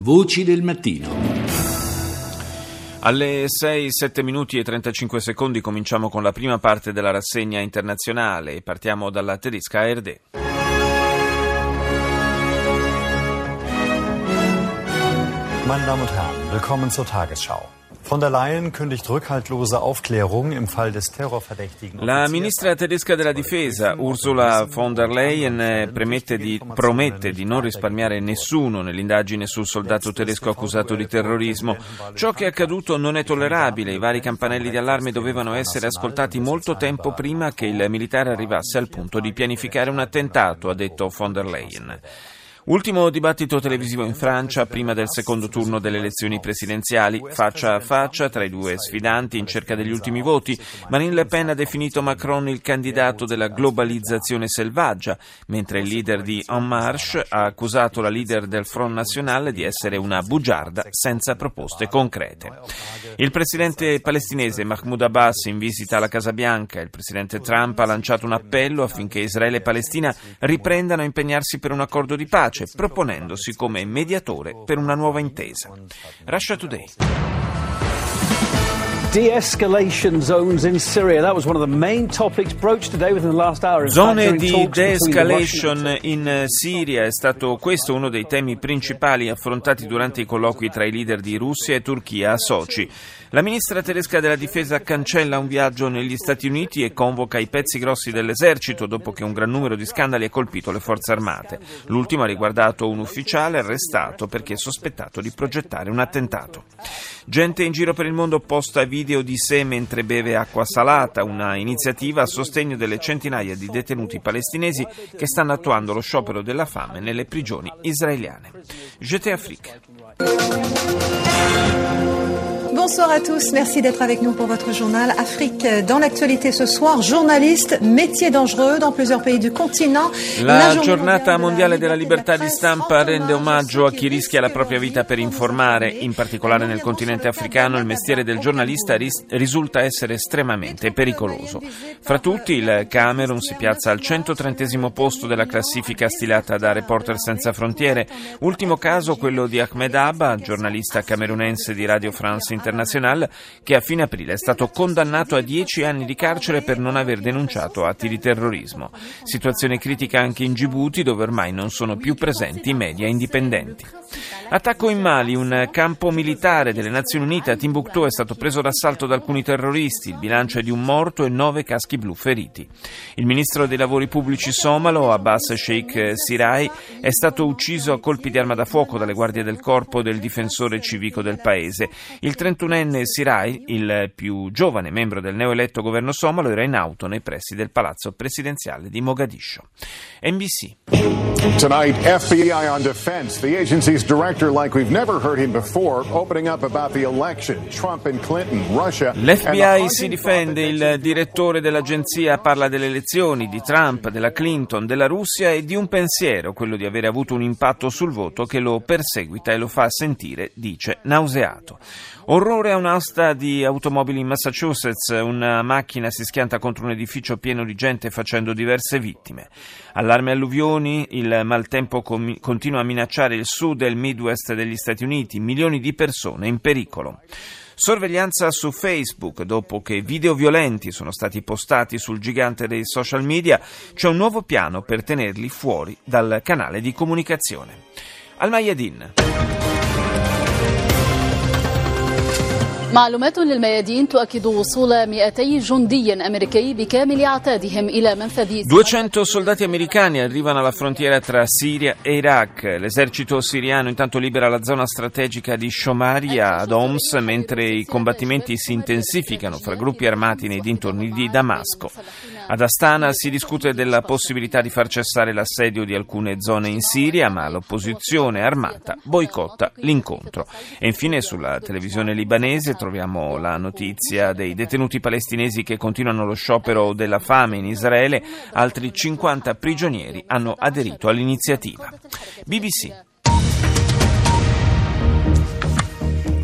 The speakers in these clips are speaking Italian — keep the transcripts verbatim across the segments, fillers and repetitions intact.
Voci del mattino. Alle sei, sette minuti e trentacinque secondi cominciamo con la prima parte della rassegna internazionale e partiamo dalla tedesca A R D. Meine Damen und Herren, willkommen zur Tagesschau. Von der Leyen kündigt rückhaltlose Aufklärung im Fall des terrorverdächtigen. La ministra tedesca della difesa Ursula von der Leyen promette di, promette di non risparmiare nessuno nell'indagine sul soldato tedesco accusato di terrorismo. Ciò che è accaduto non è tollerabile. I vari campanelli di allarme dovevano essere ascoltati molto tempo prima che il militare arrivasse al punto di pianificare un attentato, ha detto von der Leyen. Ultimo dibattito televisivo in Francia prima del secondo turno delle elezioni presidenziali, faccia a faccia tra i due sfidanti in cerca degli ultimi voti. Marine Le Pen ha definito Macron il candidato della globalizzazione selvaggia, mentre il leader di En Marche ha accusato la leader del Front National di essere una bugiarda senza proposte concrete. Il presidente palestinese Mahmoud Abbas in visita alla Casa Bianca. Il presidente Trump ha lanciato un appello affinché Israele e Palestina riprendano a impegnarsi per un accordo di pace, proponendosi come mediatore per una nuova intesa. Russia Today. De-escalation zones in Syria. That was one of the main topics broached today within the last hour. Zone di de-escalation in Siria è stato questo uno dei temi principali affrontati durante i colloqui tra i leader di Russia e Turchia a Sochi. La ministra tedesca della difesa cancella un viaggio negli Stati Uniti e convoca i pezzi grossi dell'esercito dopo che un gran numero di scandali ha colpito le forze armate. L'ultimo ha riguardato un ufficiale arrestato perché sospettato di progettare un attentato. Gente in giro per il mondo posta video di sé mentre beve acqua salata, una iniziativa a sostegno delle centinaia di detenuti palestinesi che stanno attuando lo sciopero della fame nelle prigioni israeliane. J T Afrique. Bonsoir à tous, merci d'être avec nous pour votre journal Afrique dans l'actualité ce soir. Journaliste, métier dangereux dans plusieurs pays du continent. La giornata mondiale della libertà di stampa rende omaggio a chi rischia la propria vita per informare. In particolare nel continente africano il mestiere del giornalista ris- risulta essere estremamente pericoloso. Fra tutti il Camerun si piazza al centotrentesimo posto della classifica stilata da Reporters Senza Frontiere. Ultimo caso quello di Ahmed Abba, giornalista camerunense di Radio France Internazionale, che a fine aprile è stato condannato a dieci anni di carcere per non aver denunciato atti di terrorismo. Situazione critica anche in Gibuti, dove ormai non sono più presenti media indipendenti. Attacco in Mali, un campo militare delle Nazioni Unite a Timbuktu è stato preso d'assalto da alcuni terroristi. Il bilancio è di un morto e nove caschi blu feriti. Il ministro dei lavori pubblici somalo, Abbas Sheikh Sirai, è stato ucciso a colpi di arma da fuoco dalle guardie del corpo del difensore civico del paese. Il trentunenne Sirai, il più giovane membro del neoeletto governo somalo, era in auto nei pressi del palazzo presidenziale di Mogadiscio. N B C. Tonight, F B I on defense. The agency's director, like we've never heard him before, opening up about the election, Trump and Clinton, Russia. L'F B I si difende, il direttore dell'agenzia parla delle elezioni, di Trump, della Clinton, della Russia e di un pensiero, quello di avere avuto un impatto sul voto che lo perseguita e lo fa sentire, dice, nauseato. Orrore a un'asta di automobili in Massachusetts, una macchina si schianta contro un edificio pieno di gente facendo diverse vittime. Allarme alluvioni, il maltempo com- continua a minacciare il sud e il Midwest degli Stati Uniti, milioni di persone in pericolo. Sorveglianza su Facebook, dopo che video violenti sono stati postati sul gigante dei social media, c'è un nuovo piano per tenerli fuori dal canale di comunicazione. Al Mayadin. معلومات للميادين تؤكد وصول مئتي جندي أمريكي بكامل أعتادهم إلى منفذ. duecento soldati americani arrivano alla frontiera tra Siria e Iraq. L'esercito siriano intanto libera la zona strategica di Shomaria ad Homs, mentre i combattimenti si intensificano fra gruppi armati nei dintorni di Damasco. Ad Astana si discute della possibilità di far cessare l'assedio di alcune zone in Siria, ma l'opposizione armata boicotta l'incontro. E infine sulla televisione libanese troviamo la notizia dei detenuti palestinesi che continuano lo sciopero della fame in Israele. Altri cinquanta prigionieri hanno aderito all'iniziativa. B B C.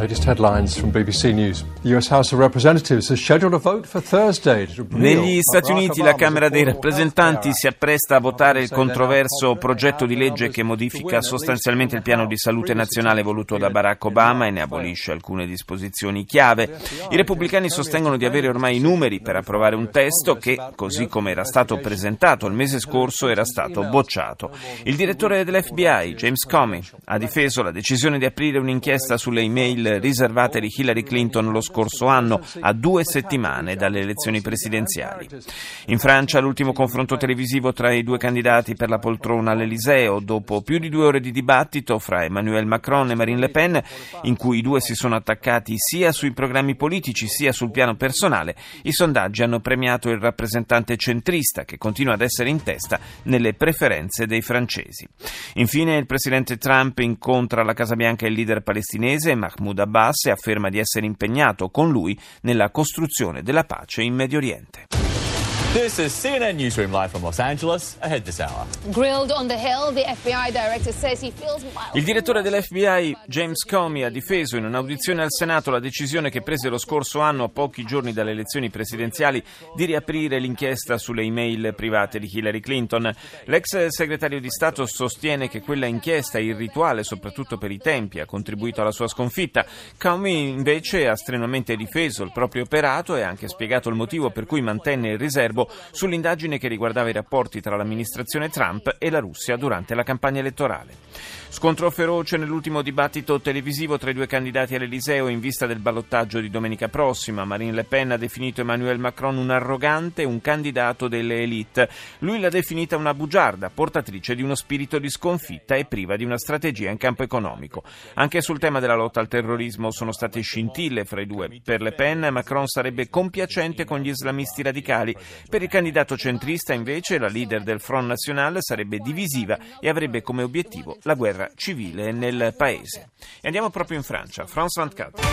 Latest headlines from B B C News. The U S House of Representatives has scheduled a vote for Thursday. Negli Stati Uniti la Camera dei Rappresentanti si appresta a votare il controverso progetto di legge che modifica sostanzialmente il piano di salute nazionale voluto da Barack Obama e ne abolisce alcune disposizioni chiave. I repubblicani sostengono di avere ormai i numeri per approvare un testo che, così come era stato presentato il mese scorso, era stato bocciato. Il direttore dell'F B I, James Comey, ha difeso la decisione di aprire un'inchiesta sulle email riservate di Hillary Clinton lo scorso anno, a due settimane dalle elezioni presidenziali. In Francia l'ultimo confronto televisivo tra i due candidati per la poltrona all'Eliseo, dopo più di due ore di dibattito fra Emmanuel Macron e Marine Le Pen, in cui i due si sono attaccati sia sui programmi politici sia sul piano personale, i sondaggi hanno premiato il rappresentante centrista che continua ad essere in testa nelle preferenze dei francesi. Infine il presidente Trump incontra alla Casa Bianca il leader palestinese Mahmoud Abbas e afferma di essere impegnato con lui nella costruzione della pace in Medio Oriente. This is C N N Newsroom live from Los Angeles. Ahead this hour. Grilled on the Hill, the F B I director says he feels Il direttore dell'F B I, James Comey, ha difeso in un'audizione al Senato la decisione che prese lo scorso anno, a pochi giorni dalle elezioni presidenziali, di riaprire l'inchiesta sulle email private di Hillary Clinton. L'ex segretario di Stato sostiene che quella inchiesta irrituale, soprattutto per i tempi, ha contribuito alla sua sconfitta. Comey invece ha strenuamente difeso il proprio operato e ha anche spiegato il motivo per cui mantenne il riservo sull'indagine che riguardava i rapporti tra l'amministrazione Trump e la Russia durante la campagna elettorale. Scontro feroce nell'ultimo dibattito televisivo tra i due candidati all'Eliseo in vista del ballottaggio di domenica prossima. Marine Le Pen ha definito Emmanuel Macron un arrogante, un candidato delle élite. Lui l'ha definita una bugiarda, portatrice di uno spirito di sconfitta e priva di una strategia in campo economico. Anche sul tema della lotta al terrorismo sono state scintille fra i due. Per Le Pen, Macron sarebbe compiacente con gli islamisti radicali. Per il candidato centrista, invece, la leader del Front National sarebbe divisiva e avrebbe come obiettivo la guerra civile nel paese. E andiamo proprio in Francia. France ventiquattro.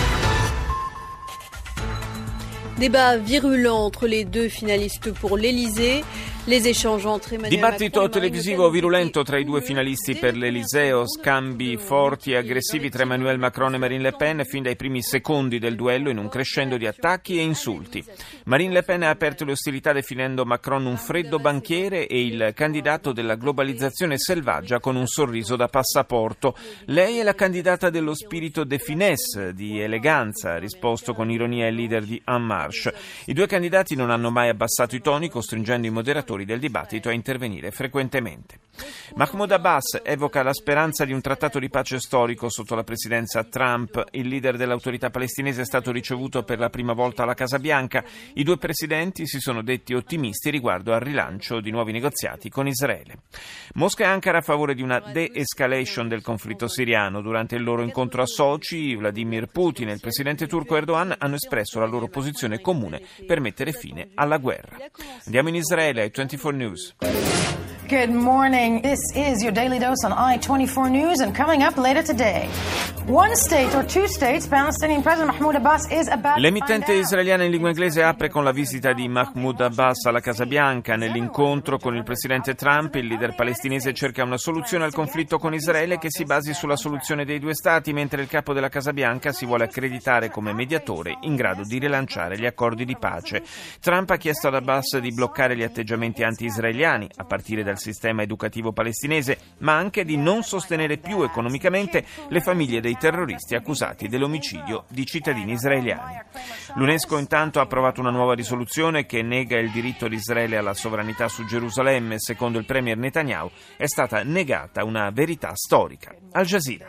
Débat virulent entre les deux finalistes pour l'Élysée. Les échanges entre Emmanuel Dibattito Macron e televisivo virulento tra i due finalisti per l'Eliseo, scambi forti e aggressivi tra Emmanuel Macron e Marine Le Pen fin dai primi secondi del duello, in un crescendo di attacchi e insulti. Marine Le Pen ha aperto le ostilità definendo Macron un freddo banchiere e il candidato della globalizzazione selvaggia con un sorriso da passaporto. Lei è la candidata dello spirito de finesse, di eleganza, ha risposto con ironia il leader di En Marche. I due candidati non hanno mai abbassato i toni, costringendo i moderatori del dibattito a intervenire frequentemente. Mahmoud Abbas evoca la speranza di un trattato di pace storico sotto la presidenza Trump. Il leader dell'autorità palestinese è stato ricevuto per la prima volta alla Casa Bianca. I due presidenti si sono detti ottimisti riguardo al rilancio di nuovi negoziati con Israele. Mosca e Ankara a favore di una de-escalation del conflitto siriano. Durante il loro incontro a Sochi, Vladimir Putin e il presidente turco Erdogan hanno espresso la loro posizione comune per mettere fine alla guerra. Andiamo in Israele ai ventiquattro News. Good morning. This is your daily dose on I twenty-four News, and coming up later today, one state or two states, Palestinian President Mahmoud Abbas is about. L'emittente israeliana in lingua inglese apre con la visita di Mahmoud Abbas alla Casa Bianca. Nell'incontro con il presidente Trump, il leader palestinese cerca una soluzione al conflitto con Israele che si basi sulla soluzione dei due stati, mentre il capo della Casa Bianca si vuole accreditare come mediatore in grado di rilanciare gli accordi di pace. Trump ha chiesto ad Abbas di bloccare gli atteggiamenti anti-israeliani, a partire dal sistema educativo palestinese, ma anche di non sostenere più economicamente le famiglie dei terroristi accusati dell'omicidio di cittadini israeliani. L'UNESCO intanto ha approvato una nuova risoluzione che nega il diritto di Israele alla sovranità su Gerusalemme. Secondo il premier Netanyahu è stata negata una verità storica. Al Jazeera.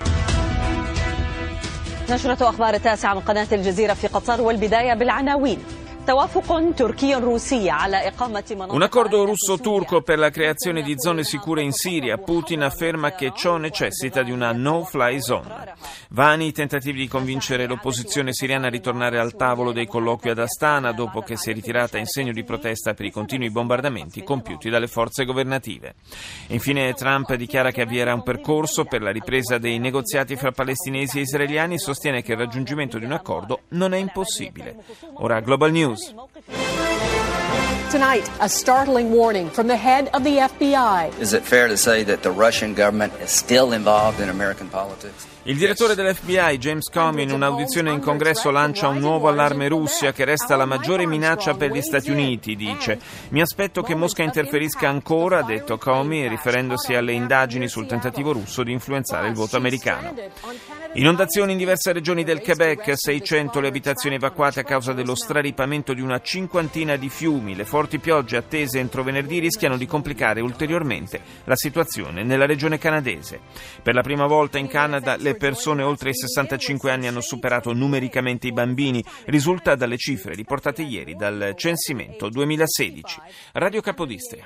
نشرة أخبار التاسعة من قناة الجزيرة في قطر والبداية بالعناوين. Un accordo russo-turco per la creazione di zone sicure in Siria. Putin afferma che ciò necessita di una no-fly zone. Vani i tentativi di convincere l'opposizione siriana a ritornare al tavolo dei colloqui ad Astana dopo che si è ritirata in segno di protesta per i continui bombardamenti compiuti dalle forze governative. Infine Trump dichiara che avvierà un percorso per la ripresa dei negoziati fra palestinesi e israeliani e sostiene che il raggiungimento di un accordo non è impossibile. Ora Global News. Tonight, a startling warning from the head of the F B I. Is it fair to say that the Russian government is still involved in American politics? Il direttore dell'F B I, James Comey, in un'audizione in Congresso lancia un nuovo allarme Russia che resta la maggiore minaccia per gli Stati Uniti, dice. Mi aspetto che Mosca interferisca ancora, ha detto Comey, riferendosi alle indagini sul tentativo russo di influenzare il voto americano. Inondazioni in diverse regioni del Quebec, seicento le abitazioni evacuate a causa dello straripamento di una cinquantina di fiumi. Le forti piogge attese entro venerdì rischiano di complicare ulteriormente la situazione nella regione canadese. Per la prima volta in Canada le persone oltre i sessantacinque anni hanno superato numericamente i bambini, risulta dalle cifre riportate ieri dal censimento duemilasedici. Radio Capodistria.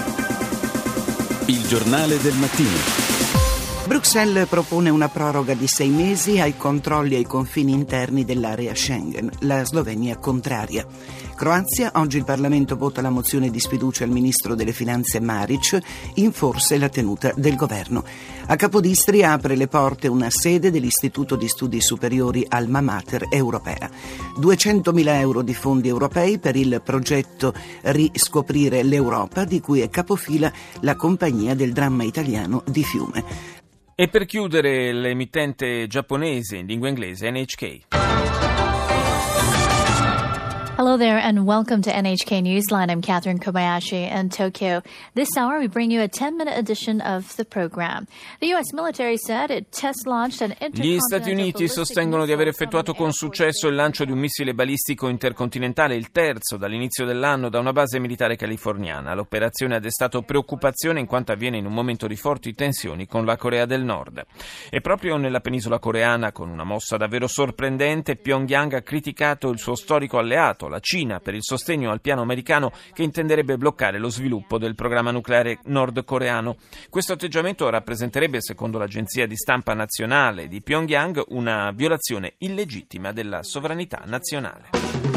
Il giornale del mattino. Bruxelles propone una proroga di sei mesi ai controlli ai confini interni dell'area Schengen. La Slovenia contraria. Croazia, oggi il Parlamento vota la mozione di sfiducia al ministro delle Finanze Maric, in forse la tenuta del governo. A Capodistria apre le porte una sede dell'Istituto di Studi Superiori Alma Mater europea. duecentomila euro di fondi europei per il progetto Riscoprire l'Europa, di cui è capofila la compagnia del dramma italiano di Fiume. E per chiudere l'emittente giapponese in lingua inglese N H K. Hello there and welcome to N H K Newsline. I'm Catherine Kobayashi in Tokyo. This hour we bring you a ten-minute edition of the program. The U S military said it test-launched an intercontinental... Gli Stati Uniti sostengono di aver effettuato con successo il lancio di un missile balistico intercontinentale, il terzo dall'inizio dell'anno, da una base militare californiana. L'operazione ha destato preoccupazione in quanto avviene in un momento di forti tensioni con la Corea del Nord. E proprio nella penisola coreana, con una mossa davvero sorprendente, Pyongyang ha criticato il suo storico alleato, la Cina, per il sostegno al piano americano che intenderebbe bloccare lo sviluppo del programma nucleare nordcoreano. Questo atteggiamento rappresenterebbe, secondo l'agenzia di stampa nazionale di Pyongyang, una violazione illegittima della sovranità nazionale.